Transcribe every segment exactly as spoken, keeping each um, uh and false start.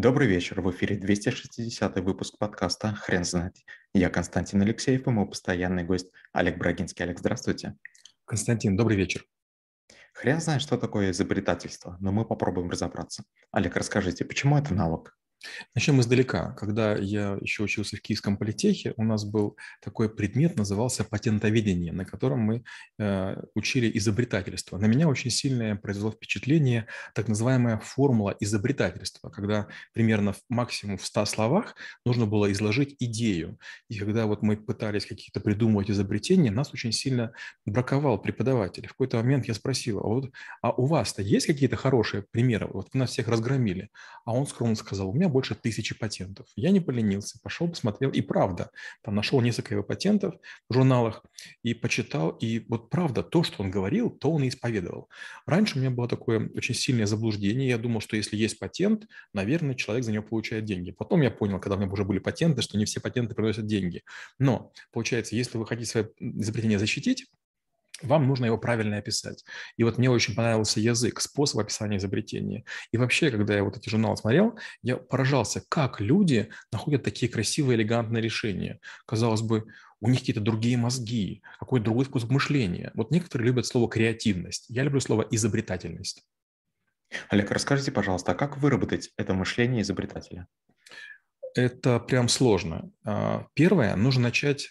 Добрый вечер, в эфире двести шестидесятый выпуск подкаста «Хрен знает». Я Константин Алексеев и мой постоянный гость Олег Брагинский. Олег, здравствуйте. Константин, добрый вечер. Хрен знает, что такое изобретательство, но мы попробуем разобраться. Олег, расскажите, почему это навык? Начнем издалека. Когда я еще учился в Киевском политехе, у нас был такой предмет, назывался патентоведение, на котором мы э, учили изобретательство. На меня очень сильное произвело впечатление так называемая формула изобретательства, когда примерно в, максимум в ста словах нужно было изложить идею. И когда вот мы пытались какие-то придумывать изобретения, нас очень сильно браковал преподаватель. В какой-то момент я спросил, а, вот, а у вас-то есть какие-то хорошие примеры? Вот вы нас всех разгромили. А он скромно сказал, у меня больше тысячи патентов. Я не поленился, пошел, посмотрел, и правда, там нашел несколько его патентов в журналах и почитал, и вот правда, то, что он говорил, то он и исповедовал. Раньше у меня было такое очень сильное заблуждение, я думал, что если есть патент, наверное, человек за него получает деньги. Потом я понял, когда у меня уже были патенты, что не все патенты приносят деньги. Но, получается, если вы хотите свое изобретение защитить, вам нужно его правильно описать. И вот мне очень понравился язык, способ описания изобретения. И вообще, когда я вот эти журналы смотрел, я поражался, как люди находят такие красивые, элегантные решения. Казалось бы, у них какие-то другие мозги, какой-то другой способ мышления. Вот некоторые любят слово креативность. Я люблю слово изобретательность. Олег, расскажите, пожалуйста, а как выработать это мышление изобретателя? Это прям сложно. А, Первое, нужно начать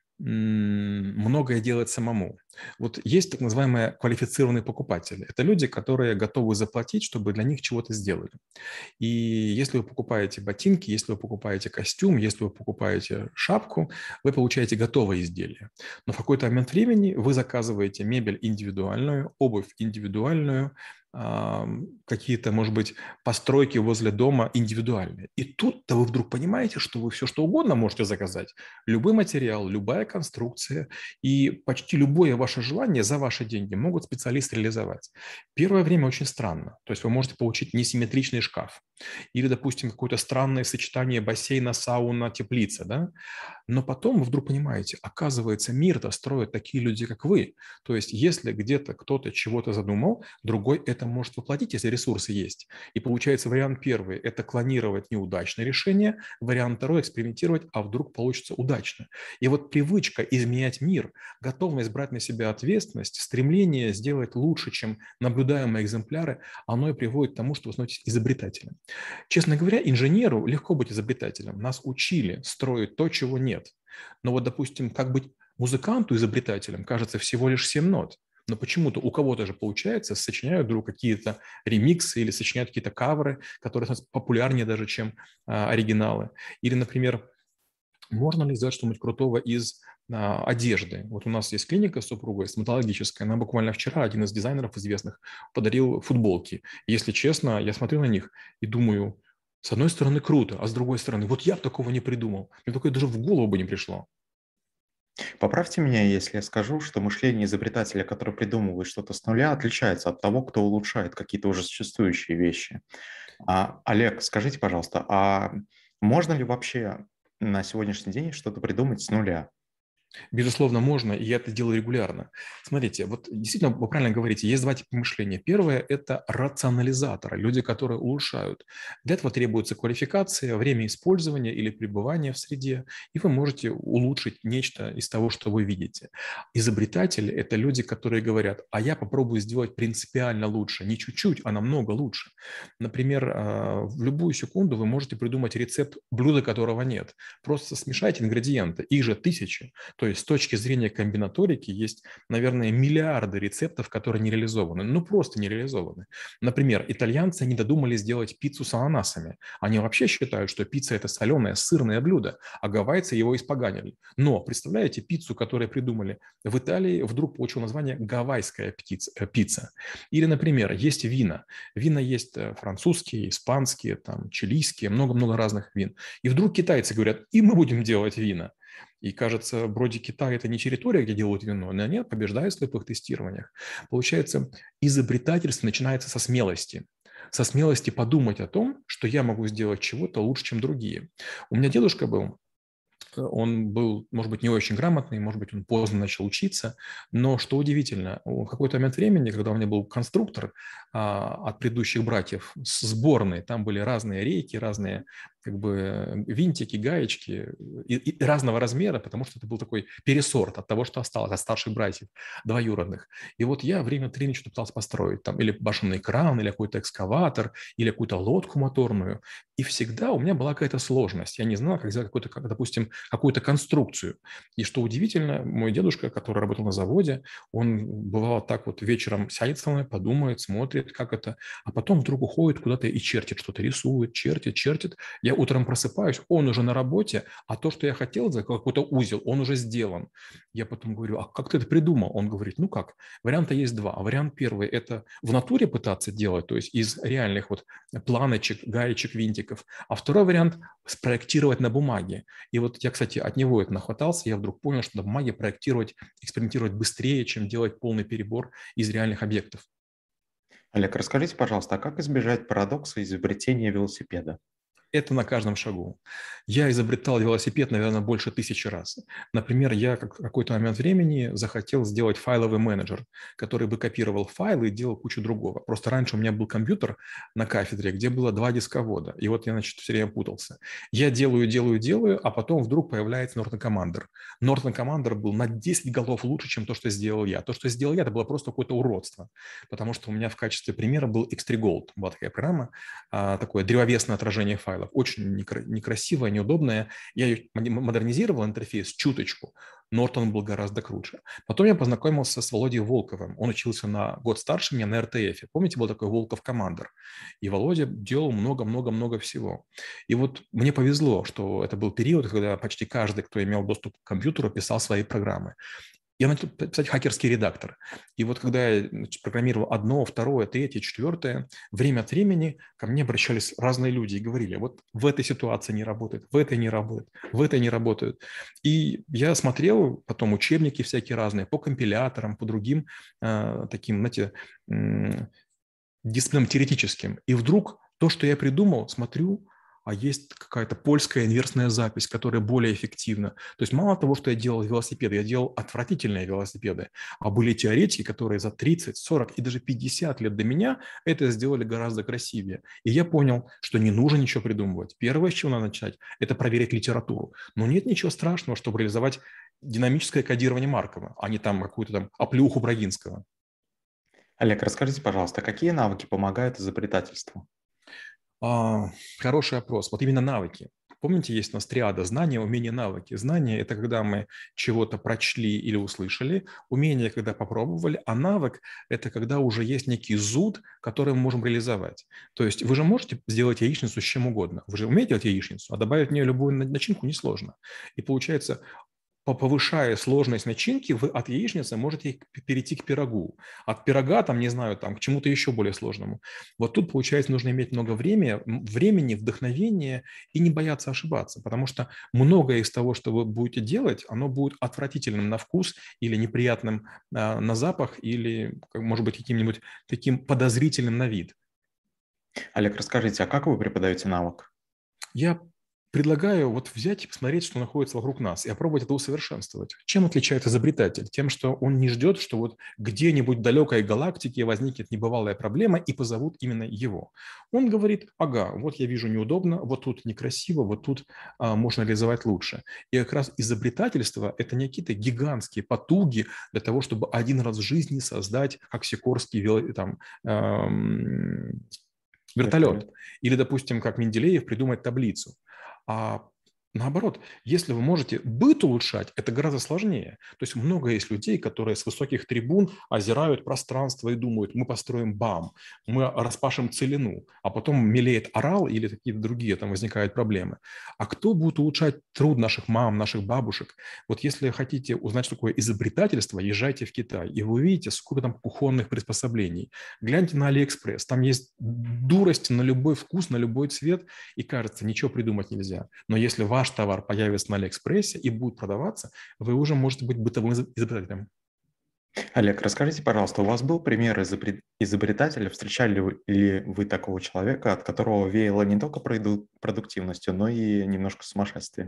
многое делать самому. Вот есть так называемые квалифицированные покупатели. Это люди, которые готовы заплатить, чтобы для них чего-то сделали. И если вы покупаете ботинки, если вы покупаете костюм, если вы покупаете шапку, вы получаете готовое изделие. Но в какой-то момент времени вы заказываете мебель индивидуальную, обувь индивидуальную, какие-то, может быть, постройки возле дома индивидуальные. И тут-то вы вдруг понимаете, что вы все что угодно можете заказать. Любой материал, любая конструкция и почти любое ваше желание за ваши деньги могут специалисты реализовать. Первое время очень странно. То есть вы можете получить несимметричный шкаф или, допустим, какое-то странное сочетание бассейна, сауна, теплица, да? Но потом вы вдруг понимаете, оказывается, мир-то строят такие люди, как вы. То есть если где-то кто-то чего-то задумал, другой это может воплотить, если ресурсы есть. И получается вариант первый – это клонировать неудачное решение, вариант второй – экспериментировать, а вдруг получится удачно. И вот привычка изменять мир, готовность брать на себя ответственность, стремление сделать лучше, чем наблюдаемые экземпляры, оно и приводит к тому, что вы становитесь изобретателем. Честно говоря, инженеру легко быть изобретателем. Нас учили строить то, чего нет. Но вот, допустим, как быть музыканту изобретателем, кажется, всего лишь семь нот. Но почему-то у кого-то же получается, сочиняют вдруг какие-то ремиксы или сочиняют какие-то каверы, которые становятся популярнее даже, чем а, оригиналы. Или, например, можно ли сделать что-нибудь крутого из а, одежды? Вот у нас есть клиника с супругой, стоматологическая. Она буквально вчера, один из дизайнеров известных, подарил футболки. Если честно, я смотрю на них и думаю, с одной стороны круто, а с другой стороны, вот я бы такого не придумал. Мне такое даже в голову бы не пришло. Поправьте меня, если я скажу, что мышление изобретателя, который придумывает что-то с нуля, отличается от того, кто улучшает какие-то уже существующие вещи. А, Олег, скажите, пожалуйста, а можно ли вообще на сегодняшний день что-то придумать с нуля? Безусловно, можно, и я это делаю регулярно. Смотрите, вот действительно, вы правильно говорите, есть два типа мышления. Первое – это рационализаторы, люди, которые улучшают. Для этого требуется квалификация, время использования или пребывания в среде, и вы можете улучшить нечто из того, что вы видите. Изобретатели – это люди, которые говорят, а я попробую сделать принципиально лучше, не чуть-чуть, а намного лучше. Например, в любую секунду вы можете придумать рецепт блюда, которого нет. Просто смешайте ингредиенты, их же тысячи. То есть с точки зрения комбинаторики есть, наверное, миллиарды рецептов, которые не реализованы. Ну, просто не реализованы. Например, итальянцы не додумались сделать пиццу с ананасами. Они вообще считают, что пицца – это соленое, сырное блюдо, а гавайцы его испоганили. Но, представляете, пиццу, которую придумали в Италии, вдруг получил название гавайская пицца. Или, например, есть вина. Вина есть французские, испанские, там, чилийские, много-много разных вин. И вдруг китайцы говорят, и мы будем делать вина. И кажется, вроде Китай – это не территория, где делают вино, но нет, побеждают в слепых тестированиях. Получается, изобретательство начинается со смелости. Со смелости подумать о том, что я могу сделать чего-то лучше, чем другие. У меня дедушка был Он был, может быть, не очень грамотный, может быть, он поздно начал учиться, но что удивительно, в какой-то момент времени, когда у меня был конструктор а, от предыдущих братьев с сборной, там были разные рейки, разные как бы винтики, гаечки и, и разного размера, потому что это был такой пересорт от того, что осталось от старших братьев двоюродных. И вот я время от времени что-то пытался построить, там или башенный кран, или какой-то экскаватор, или какую-то лодку моторную, и всегда у меня была какая-то сложность. Я не знал, как сделать какой-то, как, допустим, какую-то конструкцию. И что удивительно, мой дедушка, который работал на заводе, он бывало так вот вечером сядет со мной, подумает, смотрит, как это, а потом вдруг уходит куда-то и чертит что-то, рисует, чертит, чертит. Я утром просыпаюсь, он уже на работе, а то, что я хотел сделать, какой-то узел, он уже сделан. Я потом говорю, а как ты это придумал? Он говорит, ну как, варианта есть два. Вариант первый – это в натуре пытаться делать, то есть из реальных вот планочек, гаечек, винтиков. А второй вариант – спроектировать на бумаге. И вот я, кстати, от него это нахватался, я вдруг понял, что на бумаге проектировать, экспериментировать быстрее, чем делать полный перебор из реальных объектов. Олег, расскажите, пожалуйста, а как избежать парадокса изобретения велосипеда? Это на каждом шагу. Я изобретал велосипед, наверное, больше тысячи раз. Например, я в какой-то момент времени захотел сделать файловый менеджер, который бы копировал файлы и делал кучу другого. Просто раньше у меня был компьютер на кафедре, где было два дисковода. И вот я, значит, все время путался. Я делаю, делаю, делаю, а потом вдруг появляется Norton Commander. Norton Commander был на десять голов лучше, чем то, что сделал я. То, что сделал я, это было просто какое-то уродство. Потому что у меня в качестве примера был икс три Gold. Была такая программа, такое древовесное отражение файлов. Очень некрасивая, неудобная. Я ее модернизировал, интерфейс, чуточку. Нортон был гораздо круче. Потом я познакомился с Володей Волковым. Он учился на год старше меня на эр тэ эф. Помните, был такой Волков Командер? И Володя делал много-много-много всего. И вот мне повезло, что это был период, когда почти каждый, кто имел доступ к компьютеру, писал свои программы. Я начал писать хакерский редактор. И вот когда я значит, программировал одно, второе, третье, четвертое, время от времени ко мне обращались разные люди и говорили, вот в этой ситуации не работает, в этой не работает, в этой не работают. И я смотрел потом учебники всякие разные по компиляторам, по другим э, таким, знаете, э, дисциплинам теоретическим. И вдруг то, что я придумал, смотрю, а есть какая-то польская инверсная запись, которая более эффективна. То есть мало того, что я делал велосипеды, я делал отвратительные велосипеды, а были теоретики, которые за тридцать, сорок и даже пятьдесят лет до меня это сделали гораздо красивее. И я понял, что не нужно ничего придумывать. Первое, с чего надо начать, это проверить литературу. Но нет ничего страшного, чтобы реализовать динамическое кодирование Маркова, а не там какую-то там оплеуху Брагинского. Олег, расскажите, пожалуйста, какие навыки помогают изобретательству? А, хороший вопрос. Вот именно навыки. Помните, есть у нас триада: знания, умения, навыки. Знания – это когда мы чего-то прочли или услышали, умение – когда попробовали, а навык – это когда уже есть некий зуд, который мы можем реализовать. То есть вы же можете сделать яичницу с чем угодно. Вы же умеете делать яичницу, а добавить в нее любую начинку несложно. И получается, повышая сложность начинки, вы от яичницы можете перейти к пирогу. От пирога, там, не знаю, там, к чему-то еще более сложному. Вот тут, получается, нужно иметь много времени, времени, вдохновения и не бояться ошибаться, потому что многое из того, что вы будете делать, оно будет отвратительным на вкус или неприятным а, на запах, или, может быть, каким-нибудь таким подозрительным на вид. Олег, расскажите, а как вы преподаете навык? Я предлагаю вот взять и посмотреть, что находится вокруг нас, и опробовать это усовершенствовать. Чем отличается изобретатель? Тем, что он не ждет, что вот где-нибудь в далекой галактике возникнет небывалая проблема и позовут именно его. Он говорит, ага, вот я вижу неудобно, вот тут некрасиво, вот тут а, можно реализовать лучше. И как раз изобретательство – это не какие-то гигантские потуги для того, чтобы один раз в жизни создать, как Сикорский, там, эм, вертолет. Вертолет. Или, допустим, как Менделеев придумать таблицу. А наоборот, если вы можете быт улучшать, это гораздо сложнее. То есть много есть людей, которые с высоких трибун озирают пространство и думают, мы построим БАМ, мы распашем целину, а потом мелеет орал или какие-то другие там возникают проблемы. А кто будет улучшать труд наших мам, наших бабушек? Вот если хотите узнать, что такое изобретательство, езжайте в Китай, и вы увидите, сколько там кухонных приспособлений. Гляньте на Алиэкспресс, там есть дурости на любой вкус, на любой цвет, и кажется, ничего придумать нельзя. Но если ваш товар появится на Алиэкспрессе и будет продаваться, вы уже можете быть бытовым изобретателем. Олег, расскажите, пожалуйста, у вас был пример изобрет- изобретателя? Встречали вы- ли вы такого человека, от которого веяло не только проду- продуктивностью, но и немножко сумасшествием?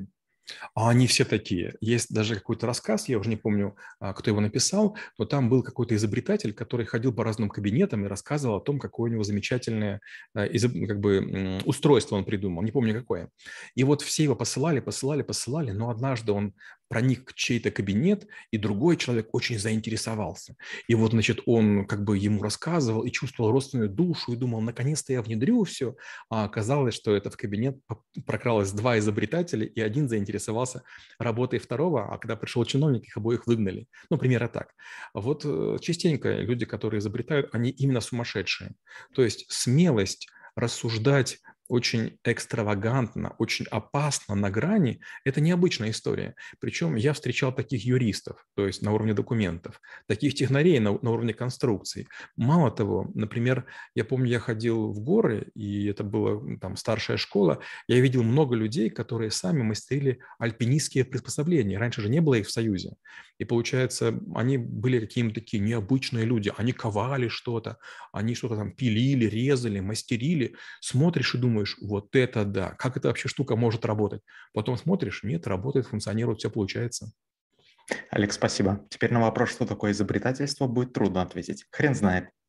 А они все такие. Есть даже какой-то рассказ, я уже не помню, а, кто его написал, но там был какой-то изобретатель, который ходил по разным кабинетам и рассказывал о том, какое у него замечательное а, изоб- как бы, м, устройство он придумал, не помню какое. И вот все его посылали, посылали, посылали, но однажды он проник в чей-то кабинет, и другой человек очень заинтересовался. И вот, значит, он как бы ему рассказывал и чувствовал родственную душу, и думал, наконец-то я внедрю все, а оказалось, что это в кабинет прокралось два изобретателя, и один заинтересовался работой второго, а когда пришел чиновник, их обоих выгнали. Ну, примерно так. Вот э, частенько люди, которые изобретают, они именно сумасшедшие. То есть смелость рассуждать очень экстравагантно, очень опасно на грани – это необычная история. Причем я встречал таких юристов, то есть на уровне документов, таких технарей на, на уровне конструкций. Мало того, например, я помню, я ходил в горы, и это была там старшая школа, я видел много людей, которые сами мастерили альпинистские приспособления. Раньше же не было их в Союзе. И получается, они были какие-то такие необычные люди. Они ковали что-то, они что-то там пилили, резали, мастерили. Смотришь и думаешь, вот это да, как эта вообще штука может работать? Потом смотришь, нет, работает, функционирует, все получается. Олег, спасибо. Теперь на вопрос, что такое изобретательство, будет трудно ответить. Хрен знает.